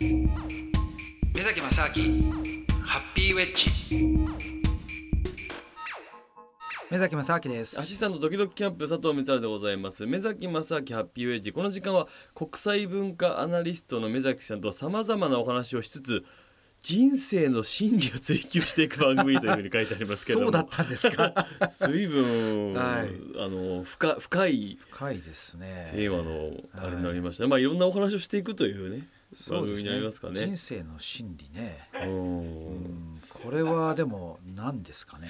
目崎正明ハッピーウェッジ。目崎正明です。 アシスタントドキドキキャンプ佐藤光晴でございます。目崎正明ハッピーウェッジ。この時間は国際文化アナリストの目崎さんとさまざまなお話をしつつ人生の真理を追求していく番組というふうに書いてありますけどもそうだったんですか随分、 はい、 深いですね。 テーマのあれになりました、いろんなお話をしていくというね番組になりますかね。 人生の真理ね。これはでも何ですかね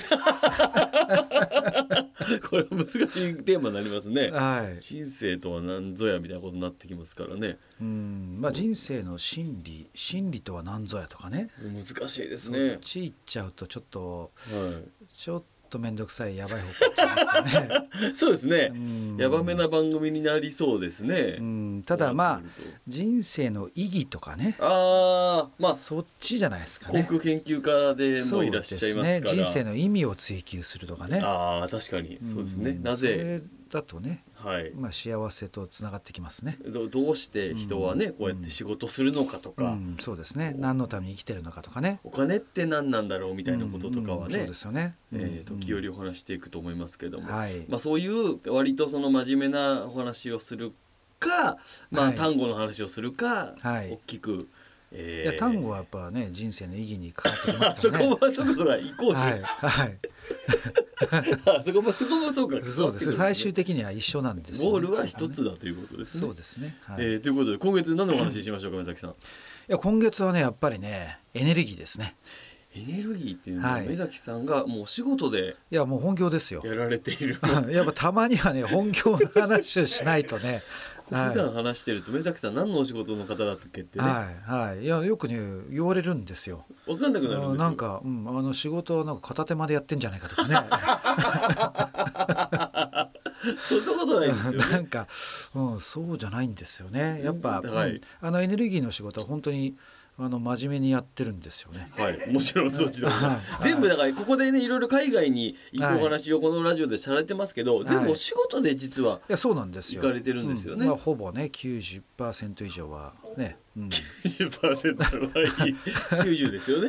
これは難しいテーマになりますね、 はい、 人生とは何ぞやみたいなことになってきますからね。 人生の真理とは何ぞやとかね、 難しいですね。 そっち行っちゃうとちょっと、ちょっと面倒くさいやばい方向行っちゃいますかねそうですね、やばめな番組になりそうですね。 ただ人生の意義とかね、そっちじゃないですかね。 航空研究家でもいらっしゃいますから、 人生の意味を追求するとかね。 確かにそうですね。なぜそれだとね、幸せとつながってきますね。 どうして人はね、こうやって仕事するのかとか、 そうですね。何のために生きてるのかとかね、 お金って何なんだろうみたいなこととかはね、 そうですよね。 時折お話していくと思いますけども、 はいそういう割とその真面目なお話をするか、単語の話をするか、大きく、 いや単語はやっぱね人生の意義にかかってきますからねそこはイコールそこもそうか。 そうですね。最終的には一緒なんですよ、ね、 ゴールは一つだということですね。 そうですね、 ということで今月何のお話ししましょうか、目崎さん。 いや今月はねやっぱりねエネルギーですね。 エネルギーっていうのは、目崎さんがもうお仕事でいやもう本業ですよやられているやっぱたまにはね本業の話をしないとね普段話してると目崎さん何のお仕事の方だったっけってね、 いやよくね言われるんですよ。 分かんなくなるんですよ。 なんか、仕事はなんか片手間でやってんじゃないかとかねそんなことないですよね。 なんか、そうじゃないんですよね。やっぱ、エネルギーの仕事は本当に真面目にやってるんですよね。 もちろんそうです。全部だからここでねいろいろ海外に行くお話をこのラジオでされてますけど、全部お仕事で実はそうなんですよ。 行かれてるんですよね。 ほぼね 90% 以上はね、 90% はいい90ですよね。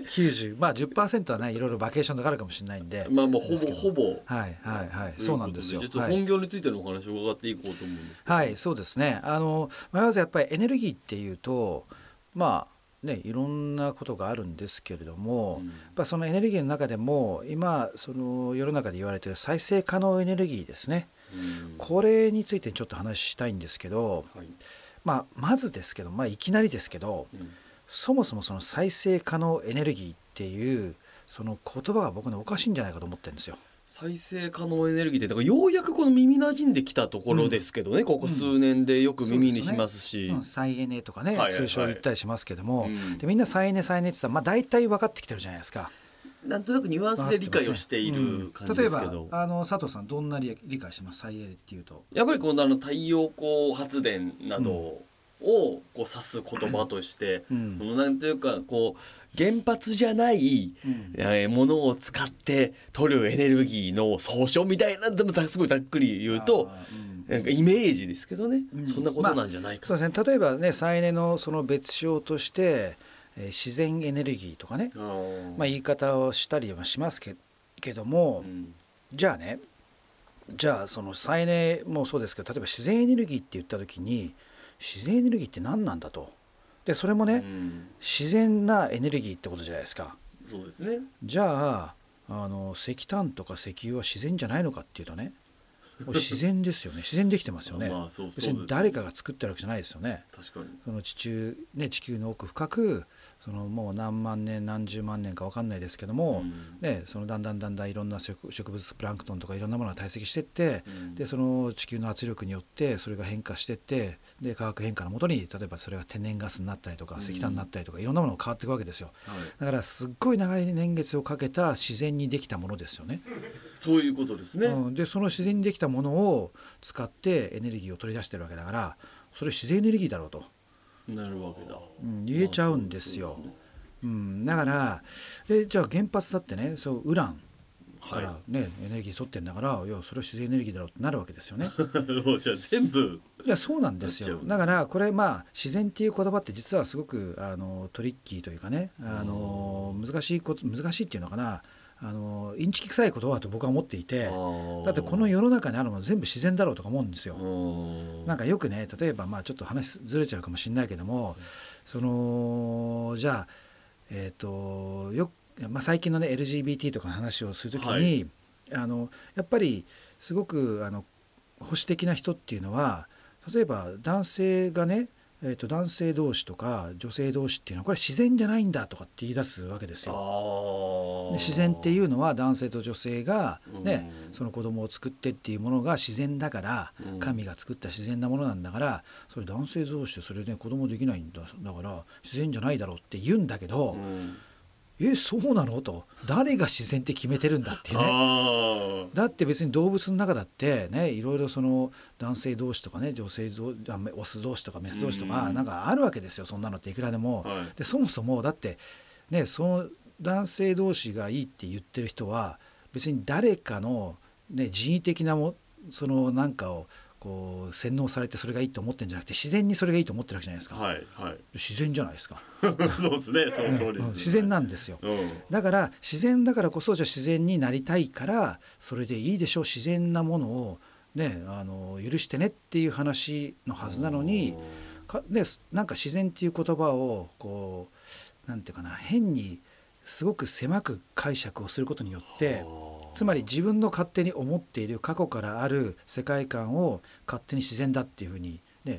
10% はねいろいろバケーションとかあるかもしれないんで、 もうほぼそうなんですよ。 ちょっと本業についてのお話を伺っていこうと思うんですけど。 そうですね。まずやっぱりエネルギーっていうといろんなことがあるんですけれども、やっぱそのエネルギーの中でも今その世の中で言われている再生可能エネルギーですね、これについてちょっと話したいんですけど、まずですけど、いきなりですけど、そもそもその再生可能エネルギーっていうその言葉が僕ねおかしいんじゃないかと思ってるんですよ。 再生可能エネルギーってだからようやくこの耳なじんできたところですけどね、ここ数年でよく耳にしますし、 再エネとかね、通称言ったりしますけども、でみんな再エネって言ったら大体分かってきてるじゃないですか。 なんとなくニュアンスで理解をしている感じですけど、 例えば佐藤さんどんな理解してます？再エネっていうとやっぱりこの太陽光発電などをこう指す言葉として、なんというかこう原発じゃないものを使って取るエネルギーの総称みたいな、すごいざっくり言うとなんかイメージですけどね、そんなことなんじゃないか。 そうですね。例えばね再エネのその別称として自然エネルギーとかね、言い方をしたりはしますけども、じゃあその再エネもそうですけど、例えば自然エネルギーって言った時に自然エネルギーって何なんだと。でそれもね、自然なエネルギーってことじゃないですか。 そうですね。 じゃあ石炭とか石油は自然じゃないのかっていうとね自然ですよね。自然できてますよね。別に誰かが作ってるわけじゃないですよね。 確かにその地球の奥深くそのもう何万年何十万年か分かんないですけども、そのだんだんいろんな植物プランクトンとかいろんなものが堆積していって、でその地球の圧力によってそれが変化していって、で化学変化のもとに例えばそれが天然ガスになったりとか石炭になったりとかいろんなものが変わっていくわけですよ。だからすっごい長い年月をかけた自然にできたものですよね。 そういうことですね。 でその自然にできたものを使ってエネルギーを取り出してるわけだから、それ自然エネルギーだろうとなるわけだ、 言えちゃうんですよ。だからじゃあ原発だってね、そうウランからね、エネルギー取ってんだから、いやそれは自然エネルギーだろうってなるわけですよね。 じゃあ全部いやそうなんですよ。だからこれ自然っていう言葉って実はすごくトリッキーというかね、難しいっていうのかな、インチキ臭い言葉だと僕は思っていて、だってこの世の中にあるもの全部自然だろうとか思うんですよ。なんかよくね、例えばちょっと話ずれちゃうかもしれないけども、じゃあ最近のね LGBT とかの話をするときに、やっぱりすごく保守的な人っていうのは、例えば男性がね、男性同士とか女性同士っていうのはこれ自然じゃないんだとかって言い出すわけですよ。で自然っていうのは男性と女性が、ね、その子供を作ってっていうものが自然だから、神が作った自然なものなんだから、それ男性同士でそれで、ね、子供できないんだ、だから自然じゃないだろうって言うんだけど、そうなのと、誰が自然って決めてるんだっていうね。だって別に動物の中だってね、いろいろその男性同士とかね、女性オス同士とかメス同士とかなんかあるわけですよ。そんなのっていくらでも、でそもそもだってね、その男性同士がいいって言ってる人は別に誰かの、ね、人為的なそのなんかをこう洗脳されてそれがいいと思ってるんじゃなくて、自然にそれがいいと思ってるわけじゃないですか。自然じゃないですか。 そうですね、その通りです、 自然なんですよ。だから自然だからこそ、じゃあ自然になりたいからそれでいいでしょう、自然なものを、ね、許してねっていう話のはずなのに、なんか自然っていう言葉をこうなんていうかな、変にすごく狭く解釈をすることによって、つまり自分の勝手に思っている過去からある世界観を勝手に自然だっていうふうにね、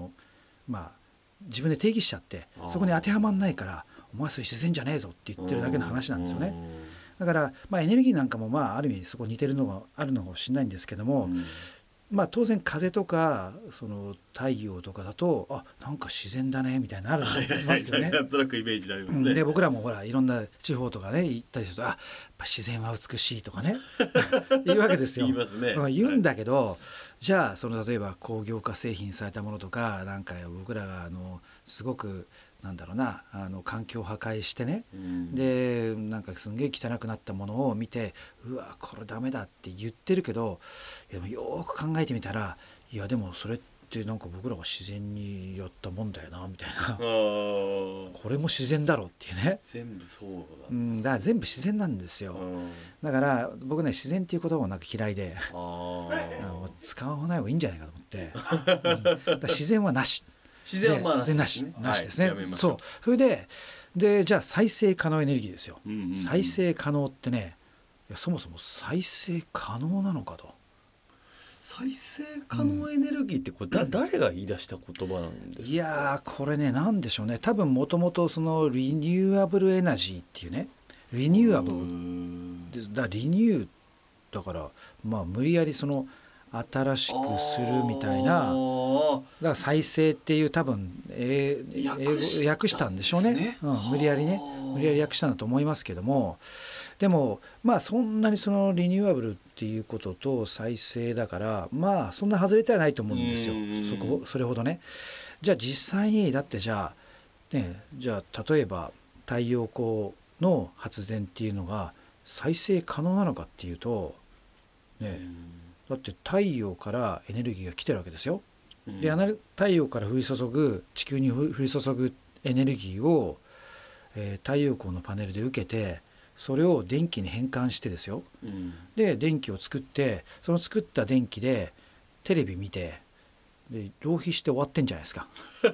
自分で定義しちゃって、そこに当てはまんないから、お前それ自然じゃねえぞって言ってるだけの話なんですよね。だからエネルギーなんかもある意味そこ似てるのがあるのかもしれないんですけども、当然風とかその太陽とかだと、なんか自然だねみたいになるますよね。 なんとなくイメージになりますね。 で僕らもほらいろんな地方とかね行ったりすると、やっぱ自然は美しいとかね言うわけですよ。 言いますね。 言うんだけど、じゃあ例えば工業化製品されたものとか、なんか僕らがすごくなんだろうな、環境を破壊してね、でなんかすんげえ汚くなったものを見て、うわこれダメだって言ってるけど、でもよく考えてみたら、いやでもそれってなんか僕らが自然にやったもんだよなみたいなこれも自然だろうっていうね。 全部そうだ、だから全部自然なんですよ。だから僕ね、自然っていう言葉もなんか嫌いで、使わない方がいいんじゃないかと思って、だ自然はなし、 自然はなしですね。そう、それでじゃあ再生可能エネルギーですよ。再生可能ってね、そもそも再生可能なのかと。 再生可能エネルギーってこれ誰が言い出した言葉なんですか？ いやこれね、なんでしょうね。多分もともとそのリニューアブルエナジーっていうね、リニューアブルだ、リニューだから無理やりその新しくするみたいな、だから再生っていう多分英語訳したんでしょうね。無理やり訳したんだと思いますけども、でもそんなにそのリニューアブルっていうことと再生だからそんな外れてはないと思うんですよ。それほどね。じゃあ実際にだってじゃあ例えば太陽光の発電っていうのが再生可能なのかっていうとね、だって太陽からエネルギーが来てるわけですよ。で太陽から降り注ぐ、地球に降り注ぐエネルギーを、太陽光のパネルで受けて、それを電気に変換してですよ、で電気を作って、その作った電気でテレビ見て、で浪費して終わってんじゃないですか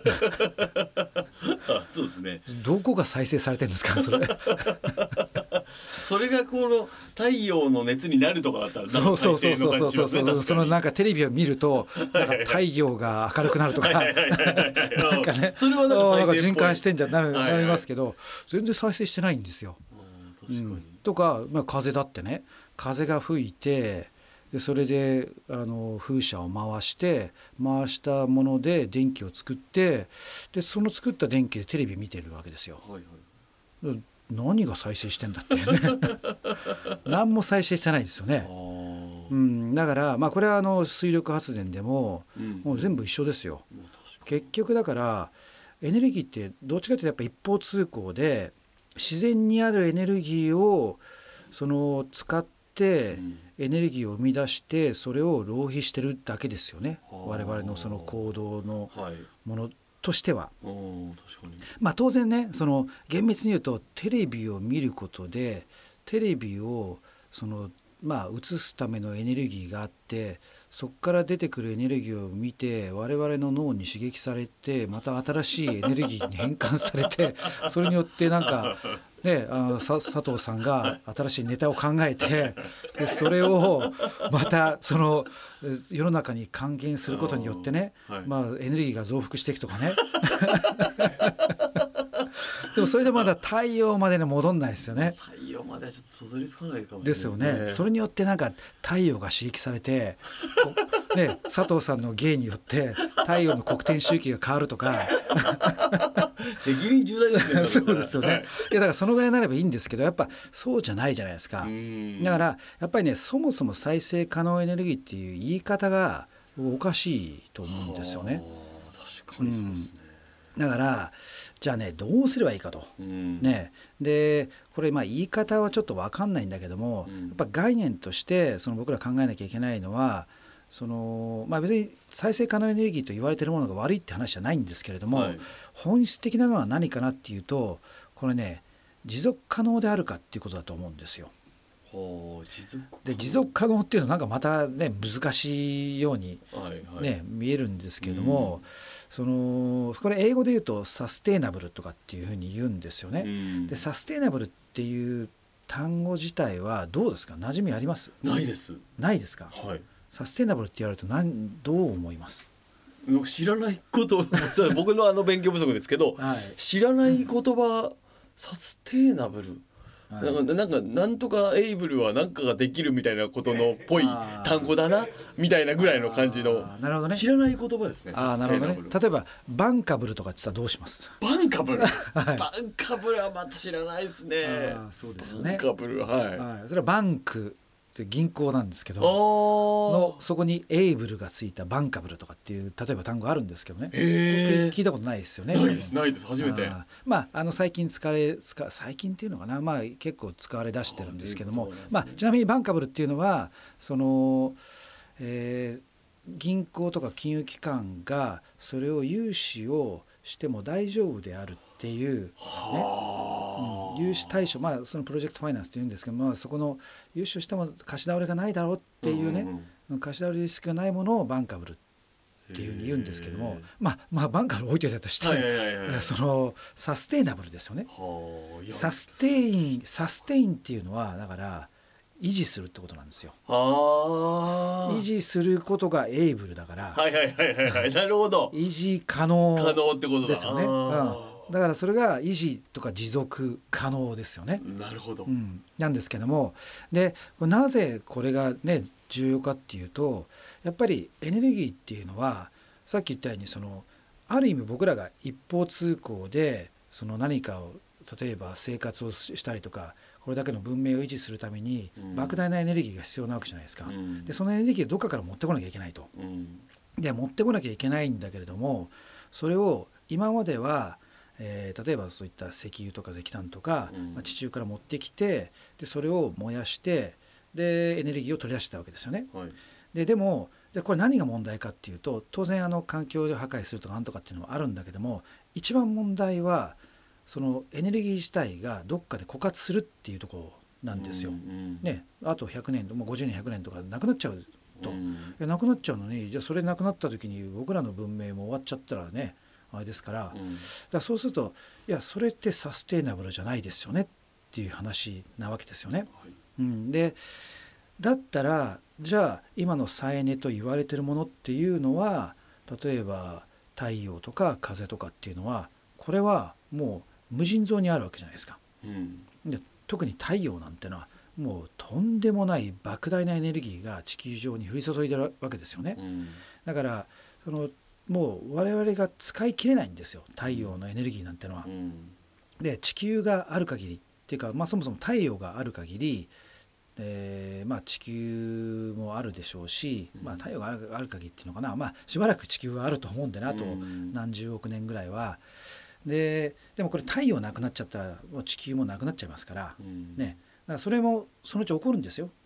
そうですね。 どこが再生されてるんですかそれそれがこの太陽の熱になるとかだったら、 そうそのなんかテレビを見るとなんか太陽が明るくなるとかなんかね、 それはなんか循環してんじゃなりますけど、全然再生してないんですよ。とか、風だってね、風が吹いて、でそれで風車を回したもので電気を作って、でその作った電気でテレビ見てるわけですよ。何が再生してんだっていうね何も再生してないですよね。だからこれは水力発電でも、もう全部一緒ですよ。結局だからエネルギーってどっちかというとやっぱ一方通行で、自然にあるエネルギーを使っってエネルギーを生み出してそれを浪費してるだけですよね、我々のその行動のものとしては。 確かに。 まあ当然ね、その厳密に言うとテレビを見ることでテレビをそのまあ映すためのエネルギーがあって、そこから出てくるエネルギーを見て我々の脳に刺激されてまた新しいエネルギーに変換されてそれによってなんかね、佐藤さんが新しいネタを考えてでそれをまたその世の中に還元することによってね、まあエネルギーが増幅していくとかねでもそれでまだ太陽までに戻んないですよね。 太陽まではちょっと想像りつかないかもしれないですよね。それによってなんか太陽が刺激されてね、佐藤さんの芸によって太陽の黒点周期が変わるとか責任重大ですねそうですよね、いやだからそのぐらいになればいいんですけど、やっぱそうじゃないじゃないですか。だからやっぱりね、そもそも再生可能エネルギーっていう言い方がおかしいと思うんですよね。 確かにそうですね、 だからじゃあね、どうすればいいかと、ね、でこれまあ言い方はちょっと分かんないんだけども、やっぱ概念としてその僕ら考えなきゃいけないのは、そのまあ別に再生可能エネルギーと言われているものが悪いって話じゃないんですけれども、本質的なのは何かなっていうと、これね、持続可能であるかっていうことだと思うんですよ。持続可能っていうのはなんかまたね難しいようにね、見えるんですけれども、そのこれ英語で言うとサステイナブルとかっていうふうに言うんですよね。でサステイナブルっていう単語自体はどうですか、馴染みあります？ ないです。 ないですか。サステイナブルって言われるとどう思います？ 知らないこと僕の勉強不足ですけど、知らない言葉、サステイナブル、なんとかエイブルは何かができるみたいなことのっぽい単語だなみたいなぐらいの感じの、 なるほどね、 知らない言葉ですね。 なるほどね。例えばバンカブルとかって言ったらどうします？ バンカブル、バンカブルはまた知らないですね。 そうですよね。 バンカブル、 それはバンクって銀行なんですけどの、そこにエイブルがついたバンカブルとかっていう例えば単語あるんですけどね、聞いたことないですよね。 ないです初めて。 最近最近っていうのかな、結構使われ出してるんですけども、ちなみにバンカブルっていうのはその、銀行とか金融機関がそれを融資をしても大丈夫であるっていう、融資対象、そのプロジェクトファイナンスっていうんですけど、そこの融資をしても貸し倒れがないだろうっていうね、貸し倒れリスクがないものをバンカブルっていうふうに言うんですけども、バンカブル置いといたとして、そのサステイナブルですよね。サステインっていうのはだから維持するってことなんですよ。維持することがエイブルだから、 なるほど、 維持可能ってことですよね。だからそれが維持とか持続可能ですよね。 なるほど、 なんですけども、でなぜこれがね重要かっていうと、やっぱりエネルギーっていうのはさっき言ったように、そのある意味僕らが一方通行でその何かを、例えば生活をしたりとか、これだけの文明を維持するために莫大なエネルギーが必要なわけじゃないですか。でそのエネルギーをどっかから持ってこなきゃいけないと。で持ってこなきゃいけないんだけれども、それを今までは例えばそういった石油とか石炭とか、地中から持ってきて、でそれを燃やしてでエネルギーを取り出したわけですよね。でもこれ何が問題かっていうと、当然環境を破壊するとかなんとかっていうのもあるんだけども、一番問題はそのエネルギー自体がどっかで枯渇するっていうところなんですよ。あと100年もう50年100年とかなくなっちゃうと、なくなっちゃうのに、じゃあそれなくなった時に僕らの文明も終わっちゃったらねあれですから、だからそうすると、いやそれってサステイナブルじゃないですよねっていう話なわけですよね。でだったらじゃあ今の再エネと言われてるものっていうのは、例えば太陽とか風とかっていうのは、これはもう無尽蔵にあるわけじゃないですか。で特に太陽なんてのはもうとんでもない莫大なエネルギーが地球上に降り注いでるわけですよね。だからそのもう我々が使い切れないんですよ、太陽のエネルギーなんてのは。で地球がある限りっていうか、そもそも太陽がある限り、地球もあるでしょうし、太陽がある限りっていうのかな、しばらく地球はあると思うんでね、あと何十億年ぐらいは。でもこれ太陽なくなっちゃったらもう地球もなくなっちゃいますから、だからそれもそのうち起こるんですよ。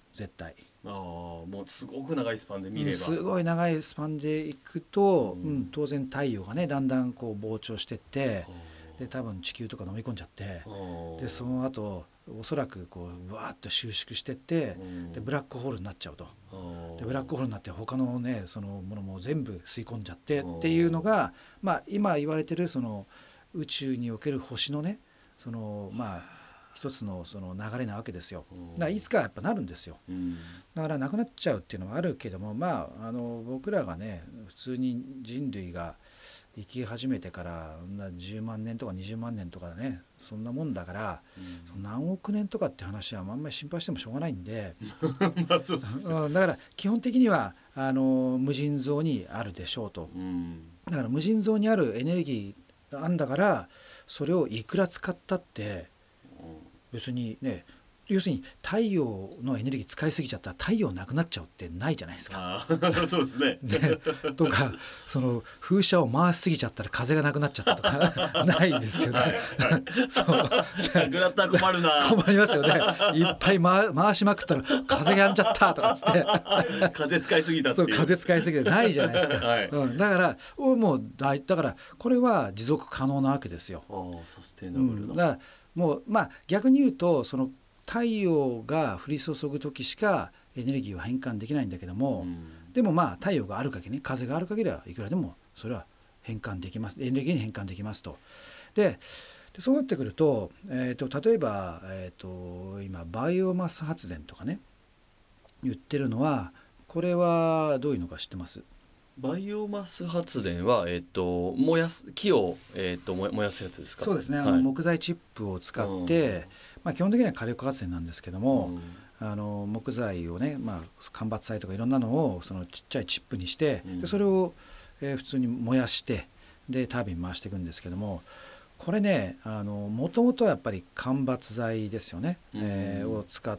絶対。 もうすごく長いスパンで見れば、 すごい長いスパンでいくと、当然太陽がねだんだんこう膨張してって、で多分地球とか飲み込んじゃって、でその後おそらくこうわーっと収縮してって、でブラックホールになっちゃうと。でブラックホールになって他のねそのものも全部吸い込んじゃってっていうのが、今言われてるその宇宙における星のねその一つのその流れなわけですよ。だからいつかやっぱなるんですよ。だからなくなっちゃうっていうのはあるけども、僕らがね普通に人類が生き始めてから10万年とか20万年とかねそんなもんだから、何億年とかって話はあんまり心配してもしょうがないんでそうですね、だから基本的には無尽蔵にあるでしょうと。だから無尽蔵にあるエネルギーがあるんだから、それをいくら使ったって別にね、要するに太陽のエネルギー使いすぎちゃったら太陽なくなっちゃうってないじゃないですか。 そうですね。 とかその風車を回しすぎちゃったら風がなくなっちゃったとかないですよね。そうなくなったら困るな。 困りますよね。いっぱい回しまくったら風やんじゃったとかつって風使いすぎたっていう。 そう風使いすぎてないじゃないですか。だからもうだからこれは持続可能なわけですよ。 サステイナブルだ。 だからもう逆に言うとその太陽が降り注ぐ時しかエネルギーは変換できないんだけども、でも太陽がある限りね、風がある限りはいくらでもそれは変換できます、エネルギーに変換できますと。でそうなってくると、例えば、今バイオマス発電とかね言ってるのは、これはどういうのか知ってます？ バイオマス発電は、木を、燃やすやつですか？ そうですね、木材チップを使って、基本的には火力発電なんですけども、木材をね、間伐材とかいろんなのをそのちっちゃいチップにして、でそれを、普通に燃やしてでタービン回していくんですけども、これねもともとはやっぱり間伐材ですよね、を使って、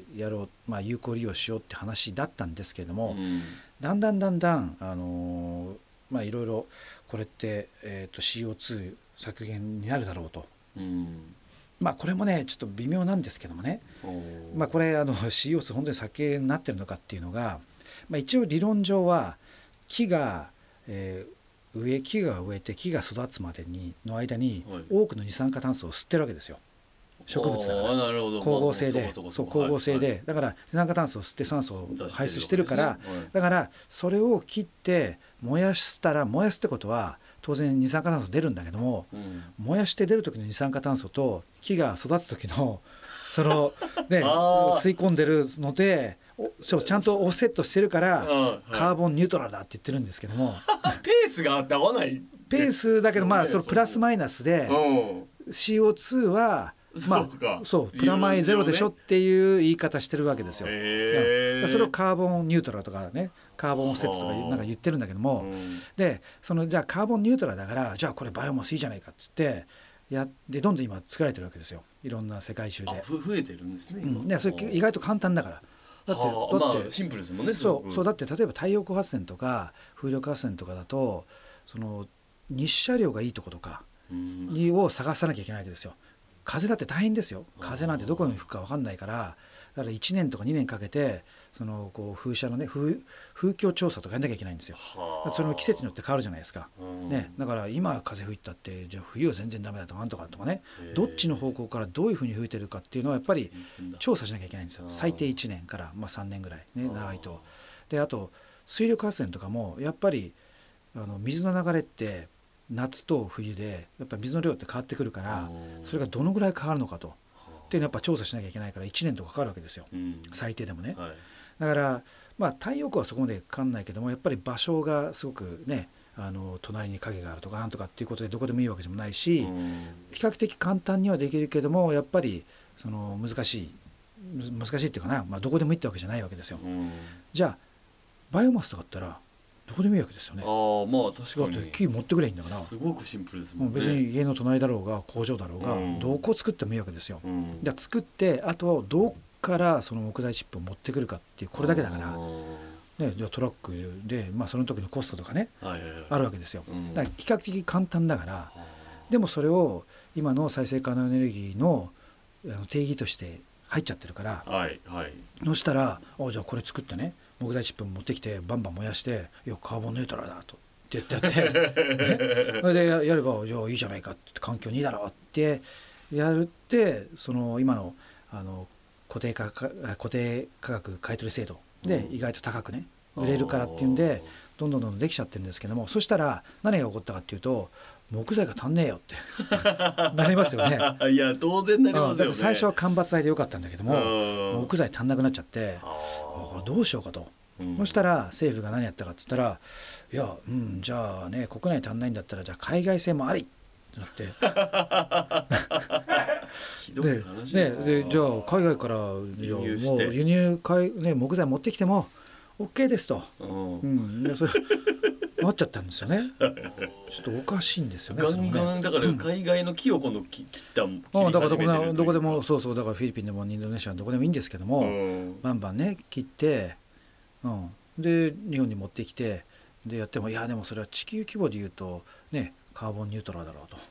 有効利用しようって話だったんですけれども、だんだんいろいろこれって、CO2 削減になるだろうと。これもねちょっと微妙なんですけどもね、これCO2 本当に削減になってるのかっていうのが、一応理論上は木が植えて木が育つまでの間に多くの二酸化炭素を吸ってるわけですよ。植物だから光合成で、光合成で、だから二酸化炭素を吸って酸素を排出してるから、だからそれを切って燃やすってことは当然二酸化炭素出るんだけども、燃やして出る時の二酸化炭素と木が育つ時のそのね吸い込んでるのでちゃんとオフセットしてるからカーボンニュートラルだって言ってるんですけどもペースが合わないペースだけどそのプラスマイナスで CO2 はそうプラマイゼロでしょっていう言い方してるわけですよ。それをカーボンニュートラルとかね、カーボンオフセットとかなんか言ってるんだけども、でじゃあカーボンニュートラルだからじゃあこれバイオマスいいじゃないかっつってでどんどん今作られてるわけですよ、いろんな世界中で。 増えてるんですね今。それ意外と簡単だから。だってシンプルですもんね。 そうだって例えば太陽光発電とか風力発電とかだとその日射量がいいとことかを探さなきゃいけないわけですよ。風だって大変ですよ。風なんてどこに吹くか分かんないから、だから1年とか2年かけてそのこう風車のね風況調査とかやんなきゃいけないんですよ。それも季節によって変わるじゃないですか、だから今風吹いたってじゃあ冬は全然ダメだとかなんとかとかね、どっちの方向からどういうふうに吹いてるかっていうのはやっぱり調査しなきゃいけないんですよ。最低1年から3年ぐらいね、長いと。であと水力発電とかもやっぱり水の流れって夏と冬でやっぱり水の量って変わってくるから、それがどのぐらい変わるのかとっていうのはやっぱ調査しなきゃいけないから1年とかかかるわけですよ、最低でもね、だから太陽光はそこまでかかんないけども、やっぱり場所がすごくね隣に影があるとかなんとかっていうことでどこでもいいわけでもないし、比較的簡単にはできるけどもやっぱりその難しいっていうかな、どこでもいいってわけじゃないわけですよ。じゃあバイオマスとかだったらどこでもいいわけですよね。 確かに。 だって木持ってくればいいんだから。 すごくシンプルですもんね。 別に家の隣だろうが工場だろうが、どこを作ってもいいわけですよ。じゃあ作ってあとはどっからその木材チップを持ってくるかっていうこれだけだから、じゃあトラックで、その時のコストとかね、あるわけですよ。だから比較的簡単だから、でもそれを今の再生可能エネルギーの定義として入っちゃってるから、 はいはい、 そしたらじゃあこれ作ってね木材チップ持ってきてバンバン燃やしていやカーボンニュートラルだとって言ってやってそれでやればじゃあいいじゃないかって環境にいいだろうってやるってその今の固定価格買取制度で意外と高くね売れるからっていうんでどんどんできちゃってるんですけども、そしたら何が起こったかっていうと木材が足んねえよってなりますよね。 いや当然なりますよね。 だって最初は間伐材でよかったんだけども木材足んなくなっちゃってこれどうしようかと、そしたら政府が何やったかって言ったらいや、じゃあね国内足んないんだったらじゃあ海外製もありってなってひどい話だな。 でじゃあ海外から輸入してもう輸入木材持ってきても OK ですと、でそれなっちゃったんですよね。ちょっとおかしいんですよね。 ガンガンだから海外の木を今度切った切り始めてるというか、 どこでもそうだからフィリピンでもインドネシアのどこでもいいんですけども、バンバンね切って、で日本に持ってきてでやってもいやでもそれは地球規模で言うとねカーボンニュートラルだろうと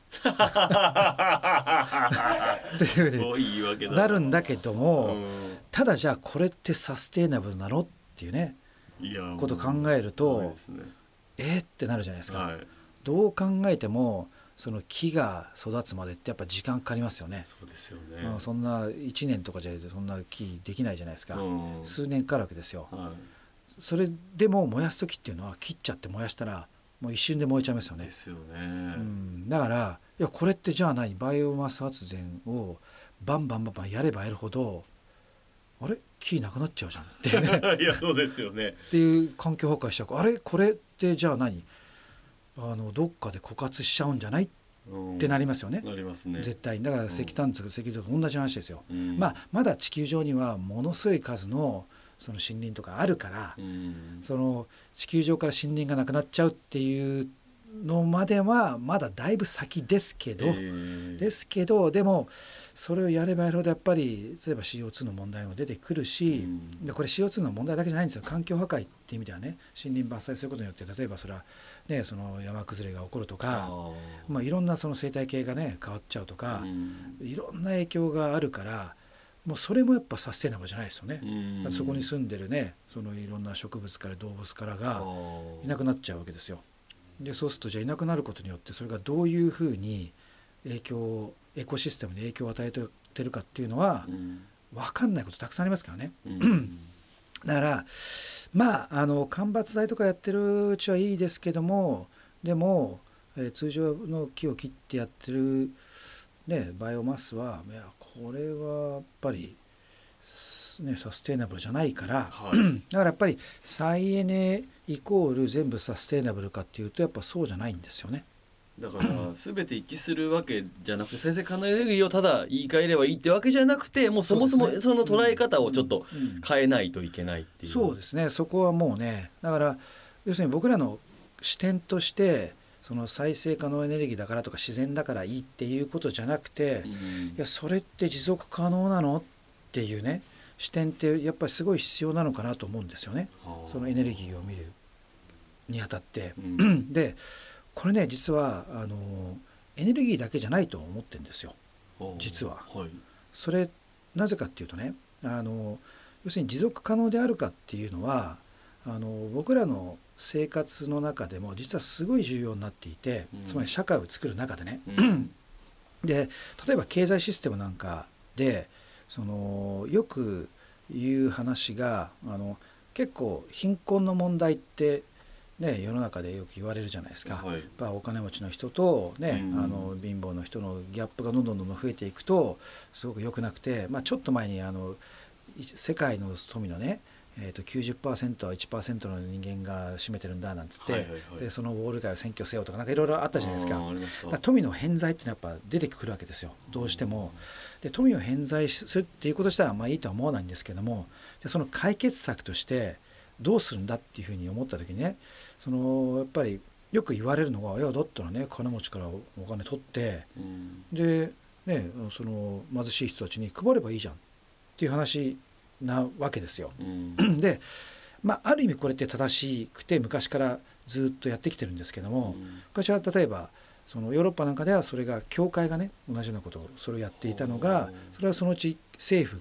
っていうふうになるんだけども、ただじゃあこれってサステイナブルなのっていうねことを考えるとってなるじゃないですか、はい、どう考えてもその木が育つまでってやっぱ時間かかりますよね。 そうですよね、 そんな1年とかじゃそんな木できないじゃないですか、数年かかるわけですよ、それでも燃やす時っていうのは切っちゃって燃やしたらもう一瞬で燃えちゃいますよね。 ですよね、 だからいやこれってじゃあバイオマス発電をバンバンやればやるほどあれ木なくなっちゃうじゃんっていうねいやそうですよねっていう環境破壊しちゃうあれこれってじゃあどっかで枯渇しちゃうんじゃないってなりますよね。 なりますね絶対に。だから石炭とか石油と同じ話ですよ、まだ地球上にはものすごい数のその森林とかあるから、その地球上から森林がなくなっちゃうっていうのまではまだだいぶ先ですけど、でもそれをやればやるほどやっぱり例えば CO2 の問題も出てくるし、でこれ CO2 の問題だけじゃないんですよ。環境破壊っていう意味ではね森林伐採することによって例えばそれはねその山崩れが起こるとかいろんなその生態系がね変わっちゃうとか、いろんな影響があるからもうそれもやっぱサステナブルじゃないですよね。そこに住んでるねそのいろんな植物から動物からがいなくなっちゃうわけですよ。でそうするとじゃあいなくなることによってそれがどういうふうにエコシステムに影響を与えてるかっていうのは分かんないことたくさんありますからね、だから間伐材とかやってるうちはいいですけどもでも、通常の木を切ってやってる、バイオマスはいやこれはやっぱり、サステイナブルじゃないから、だからやっぱり再エネイコール全部サステイナブルかっていうとやっぱそうじゃないんですよね。 だから全て一致するわけじゃなくて再生可能エネルギーをただ言い換えればいいってわけじゃなくてもうそもそもその捉え方をちょっと変えないといけないっていう、 そうですね。そこはもうねだから要するに僕らの視点としてその再生可能エネルギーだからとか自然だからいいっていうことじゃなくて、いやそれって持続可能なのっていうね視点ってやっぱりすごい必要なのかなと思うんですよね。そのエネルギーを見るにあたって、でこれね実はエネルギーだけじゃないと思ってるんですよ実は、それなぜかっていうとね要するに持続可能であるかっていうのは僕らの生活の中でも実はすごい重要になっていて、つまり社会を作る中でね、で例えば経済システムなんかでよく言う話が結構貧困の問題って世の中でよく言われるじゃないですか、お金持ちの人と、貧乏の人のギャップがどんどん増えていくとすごく良くなくて、ちょっと前に世界の富のね、90% は 1% の人間が占めてるんだなんつって、でそのウォール街を占拠せよとかいろいろあったじゃないですか。富の偏在ってのはやっぱ出てくるわけですよどうしても。で富を偏在するっていうこと自体はいいとは思わないんですけども、でその解決策としてどうするんだっていうふうに思った時にねやっぱりよく言われるのがいやだったらね金持ちからお金取って、でその貧しい人たちに配ればいいじゃんっていう話なわけですよ。である意味これって正しくて昔からずっとやってきてるんですけども、昔は例えばそのヨーロッパなんかではそれが教会がね同じようなことをそれをやっていたのが、それはそのうち政府が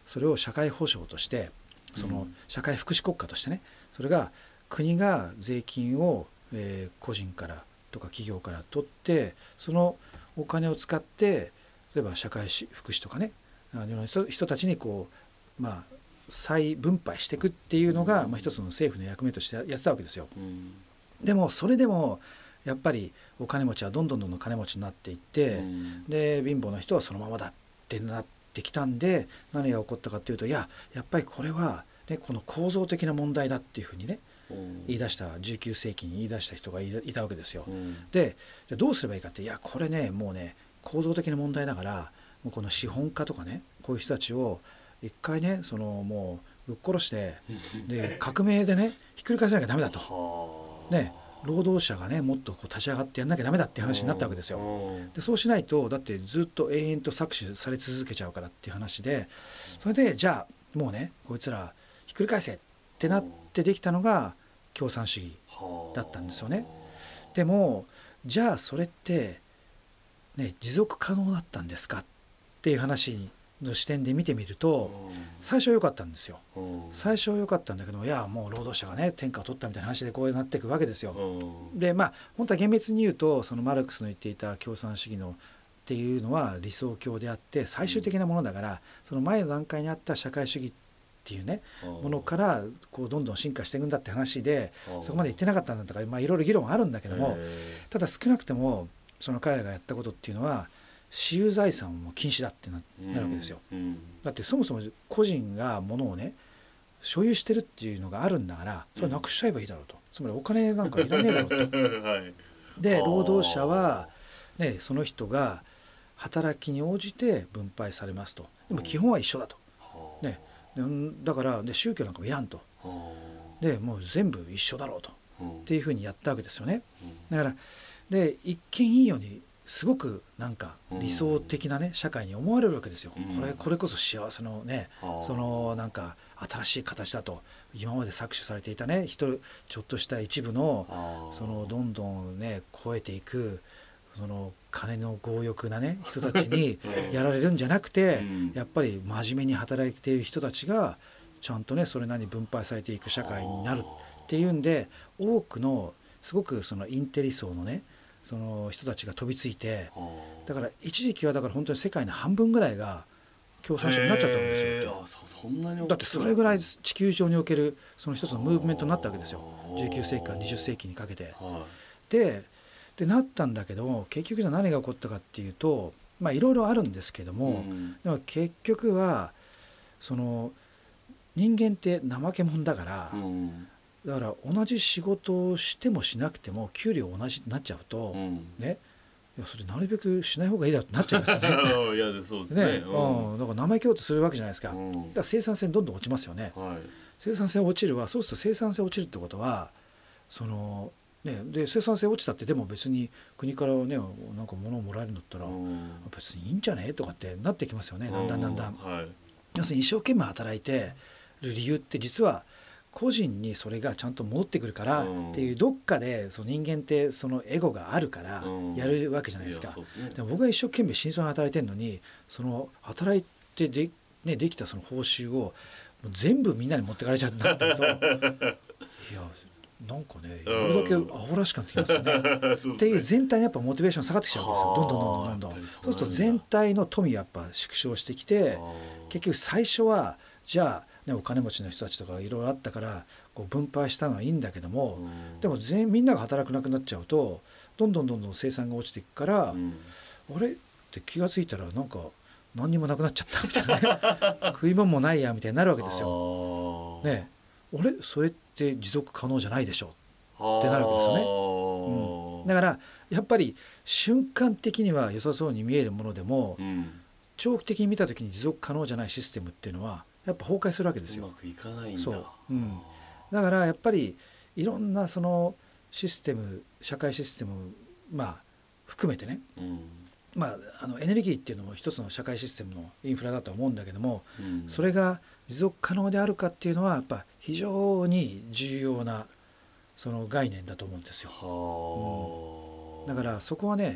それを社会保障としてその社会福祉国家としてね、それが国が税金を、個人からとか企業から取ってそのお金を使って例えば社会福祉とかね人たちにこう再分配していくっていうのが、一つの政府の役目としてやってたわけですよ。でもそれでもやっぱりお金持ちはどんどん金持ちになっていって、で貧乏な人はそのままだってなってきたんで、何が起こったかっていうと、やっぱりこれは、ね、この構造的な問題だっていうふうにね言い出した19世紀に言い出した人がいたわけですよ。でじゃあどうすればいいかって、これねもうね構造的な問題だから、もうこの資本家とかねこういう人たちを一回ねもうぶっ殺してで革命でねひっくり返さなきゃダメだと、ね、労働者がねもっとこう立ち上がってやんなきゃダメだっていう話になったわけですよ。でそうしないとだってずっと永遠と搾取され続けちゃうからっていう話で、それでじゃあもうねこいつらひっくり返せってなってできたのが共産主義だったんですよね。でもじゃあそれってね持続可能だったんですかっていう話の視点で見てみると、最初は良かったんですよ。最初は良かったんだけど、もう労働者がね天下を取ったみたいな話でこうなっていくわけですよ。で本当は厳密に言うとそのマルクスの言っていた共産主義のっていうのは理想郷であって最終的なものだから、その前の段階にあった社会主義っていうねものからこうどんどん進化していくんだって話で、そこまで言ってなかったんだとかいろいろ議論はあるんだけども、ただ少なくともその彼らがやったことっていうのは私有財産も禁止だってなるわけですよ。だってそもそも個人が物をね所有してるっていうのがあるんだから、それなくしちゃえばいいだろうと、つまりお金なんかいらねえだろうとで労働者は、ね、その人が働きに応じて分配されますと。でも基本は一緒だと、ね、だからで宗教なんかもいらんと、でもう全部一緒だろうと、っていうふうにやったわけですよね。だからで一見いいようにすごくなんか理想的なね社会に思われるわけですよ。これこそ幸せのねそのなんか新しい形だと、今まで搾取されていたねちょっとした一部のそのどんどんね超えていくその金の強欲なね人たちにやられるんじゃなくて、やっぱり真面目に働いている人たちがちゃんとねそれなりに分配されていく社会になるっていうんで、多くのすごくそのインテリ層のねその人たちが飛びついて、だから一時期はだから本当に世界の半分ぐらいが共産主義になっちゃったわけですよ。 そんなにだってそれぐらい地球上におけるその一つのムーブメントになったわけですよ、19世紀から20世紀にかけて。でなったんだけど結局じゃ何が起こったかっていうと、いろいろあるんですけども、でも結局はその人間って怠け者だから、だから同じ仕事をしてもしなくても給料同じになっちゃうと、ね、いやそれなるべくしない方がいいだろうってなっちゃいますよね。 いやそうですね。 だから生意気ようとするわけじゃないですか。だから生産性どんどん落ちますよね。生産性落ちるわ。そうすると生産性落ちるってことはそのね、で生産性落ちたってでも別に国からねなんか物をもらえるんだったら別にいいんじゃねとかってなってきますよね。だんだん、要するに一生懸命働いてる理由って実は個人にそれがちゃんと戻ってくるからっていう、どっかでその人間ってそのエゴがあるからやるわけじゃないですか。でも僕が一生懸命真相に働いてるのにその働いてできたその報酬を全部みんなに持ってかれちゃったっていうといやなんかねやるだけアホらしくなってきますよねっていう全体にやっぱモチベーション下がってきちゃうんですよ。どんどんそうすると全体の富やっぱ縮小してきて、結局最初はじゃあお金持ちの人たちとかいろいろあったからこう分配したのはいいんだけども、でもみんなが働くなくなっちゃうとどんどん生産が落ちていくから、あれって気がついたらなんか何にもなくなっちゃったみたいなね食い物もないやみたいになるわけですよ。ね、あれそれって持続可能じゃないでしょってなるわけですよね。だからやっぱり瞬間的には良さそうに見えるものでも、長期的に見た時に持続可能じゃないシステムっていうのはやっぱ崩壊するわけですよ。 うまくいかないんだ。 そう、だからやっぱりいろんなそのシステム社会システム含めてね、エネルギーっていうのも一つの社会システムのインフラだと思うんだけども、それが持続可能であるかっていうのはやっぱ非常に重要なその概念だと思うんですよ。だからそこはね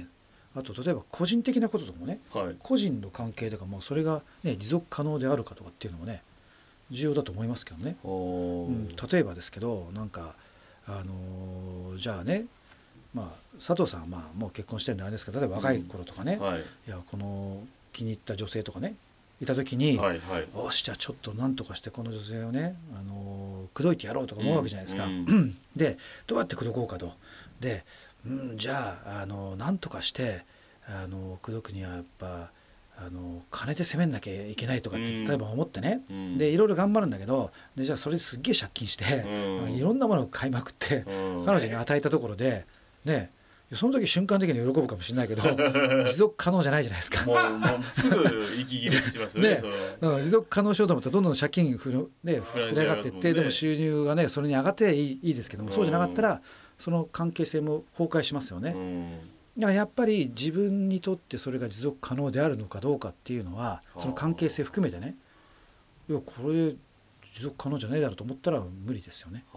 あと例えば個人的なこととかもね、 はい、 個人の関係とかもそれが、ね、持続可能であるかとかっていうのもね重要だと思いますけどね、例えばですけどなんかじゃあね、佐藤さんはもう結婚してるんであれですけど、例えば若い頃とかね、いやこの気に入った女性とかねいた時に、よしじゃあちょっと何とかしてこの女性をね口説いてやろうとか思うわけじゃないですか、でどうやって口説こうかとで、じゃあ何とかして口説くにはやっぱ金で攻めんなきゃいけないとかって例えば思ってね、でいろいろ頑張るんだけどでじゃあそれですっげえ借金して、いろんなものを買いまくって、彼女に与えたところでねその時瞬間的に喜ぶかもしれないけど持続可能じゃないじゃないですか。 もうすぐ息切れしますよね。 持続可能しようと思ったらどんどん借金膨れ上がっていって、でも収入がねそれに上がっていいですけども、そうじゃなかったらその関係性も崩壊しますよね。やっぱり自分にとってそれが持続可能であるのかどうかっていうのはその関係性含めてね、いやこれ持続可能じゃないだろうと思ったら無理ですよね。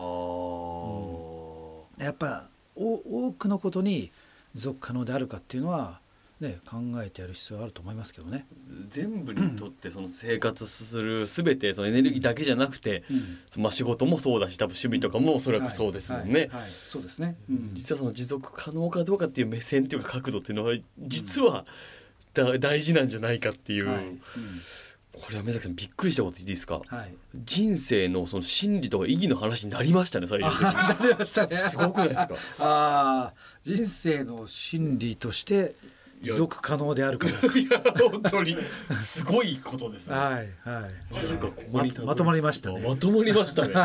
やっぱ多くのことに持続可能であるかっていうのは、ね、考えてやる必要があると思いますけどね。 全部にとってその生活する全てそのエネルギーだけじゃなくて、仕事もそうだし多分趣味とかもおそらくそうですもんね。 そうですね、 実はその持続可能かどうかっていう目線っていうか角度っていうのは実は大事なんじゃないかっていう、これは目崎さんびっくりしたこと言っていいですか、人生のその真理とか意義の話になりましたね最初に。 なりましたね。 すごくないですか。 人生の真理として持続可能であるかどうか。 いや本当にすごいことですね。まさかここにまとまりましたね。 まとまりましたね。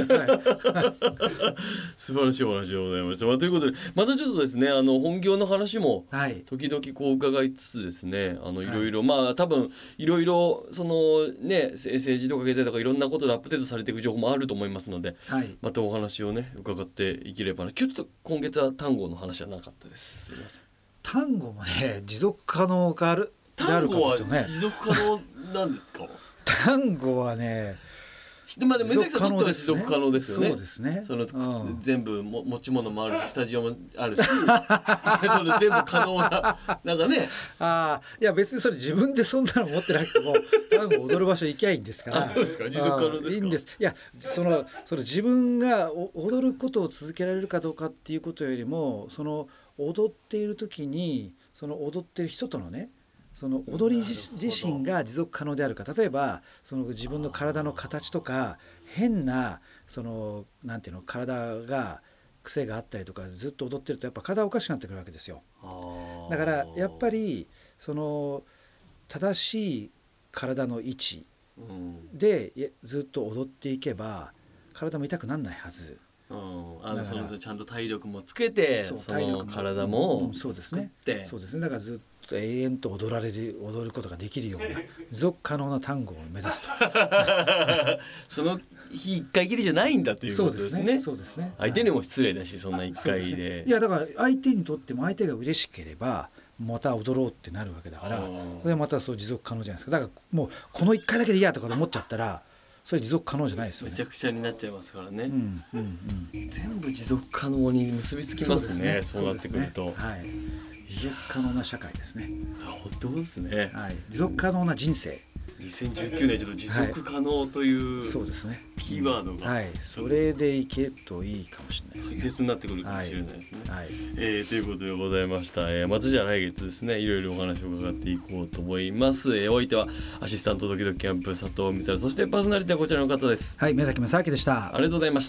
素晴らしいお話でございました。ということでまたちょっとですね本業の話も時々こう伺いつつですねいろいろ多分いろいろそのね政治とか経済とかいろんなことでアップデートされていく情報もあると思いますので、またお話をね伺っていければな。今日ちょっと今月は単語の話はなかったです。すみません。 単語もね持続可能であるかとね。 持続可能なんですか。 単語はねで目崎さんにとっては持続可能ですよね。 そうですね。 全部持ち物もあるしスタジオもあるしそれ全部可能ななんかね。 いや別にそれ自分でそんなの持ってなくても単語踊る場所行きゃいいんですから。 そうですか。持続可能ですか。 いいんです。いやその自分が踊ることを続けられるかどうかっていうことよりもその踊っている時にその踊っている人とのねその踊り自身が持続可能であるか。例えばその自分の体の形とか変なそのなんていうの体が癖があったりとかずっと踊ってるとやっぱ体おかしくなってくるわけですよ。だからやっぱりその正しい体の位置でずっと踊っていけば体も痛くならないはず。 ちゃんと体力もつけてその体も作って、 そうですね。だからずっと永遠と踊ることができるような持続可能な単語を目指すとその日一回きりじゃないんだということですね。 そうですね。 相手にも失礼だしそんな一回で。 いやだから相手にとっても相手が嬉しければまた踊ろうってなるわけだからこれまたそう持続可能じゃないですか。だからもうこの一回だけでいいやとか思っちゃったらそれ持続可能じゃないですよね。 めちゃくちゃになっちゃいますからね。全部持続可能に結びつきますね。そうなってくると、 持続可能な社会ですね。 本当ですね。 持続可能な人生。 2019年ちょっと持続可能というそうですね。 キーワードが、 それでいけるといいかもしれないですね。 不潔になってくるかもしれないですね。ということでございました。またじゃあ来月ですねいろいろお話を伺っていこうと思います。お相手はアシスタントドキドキキャンプ佐藤美沙、そしてパーソナリティはこちらの方です。 目崎正明でした。 ありがとうございました。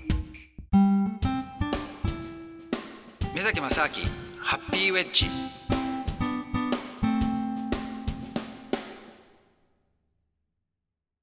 目崎正明ハッピーウェッジ。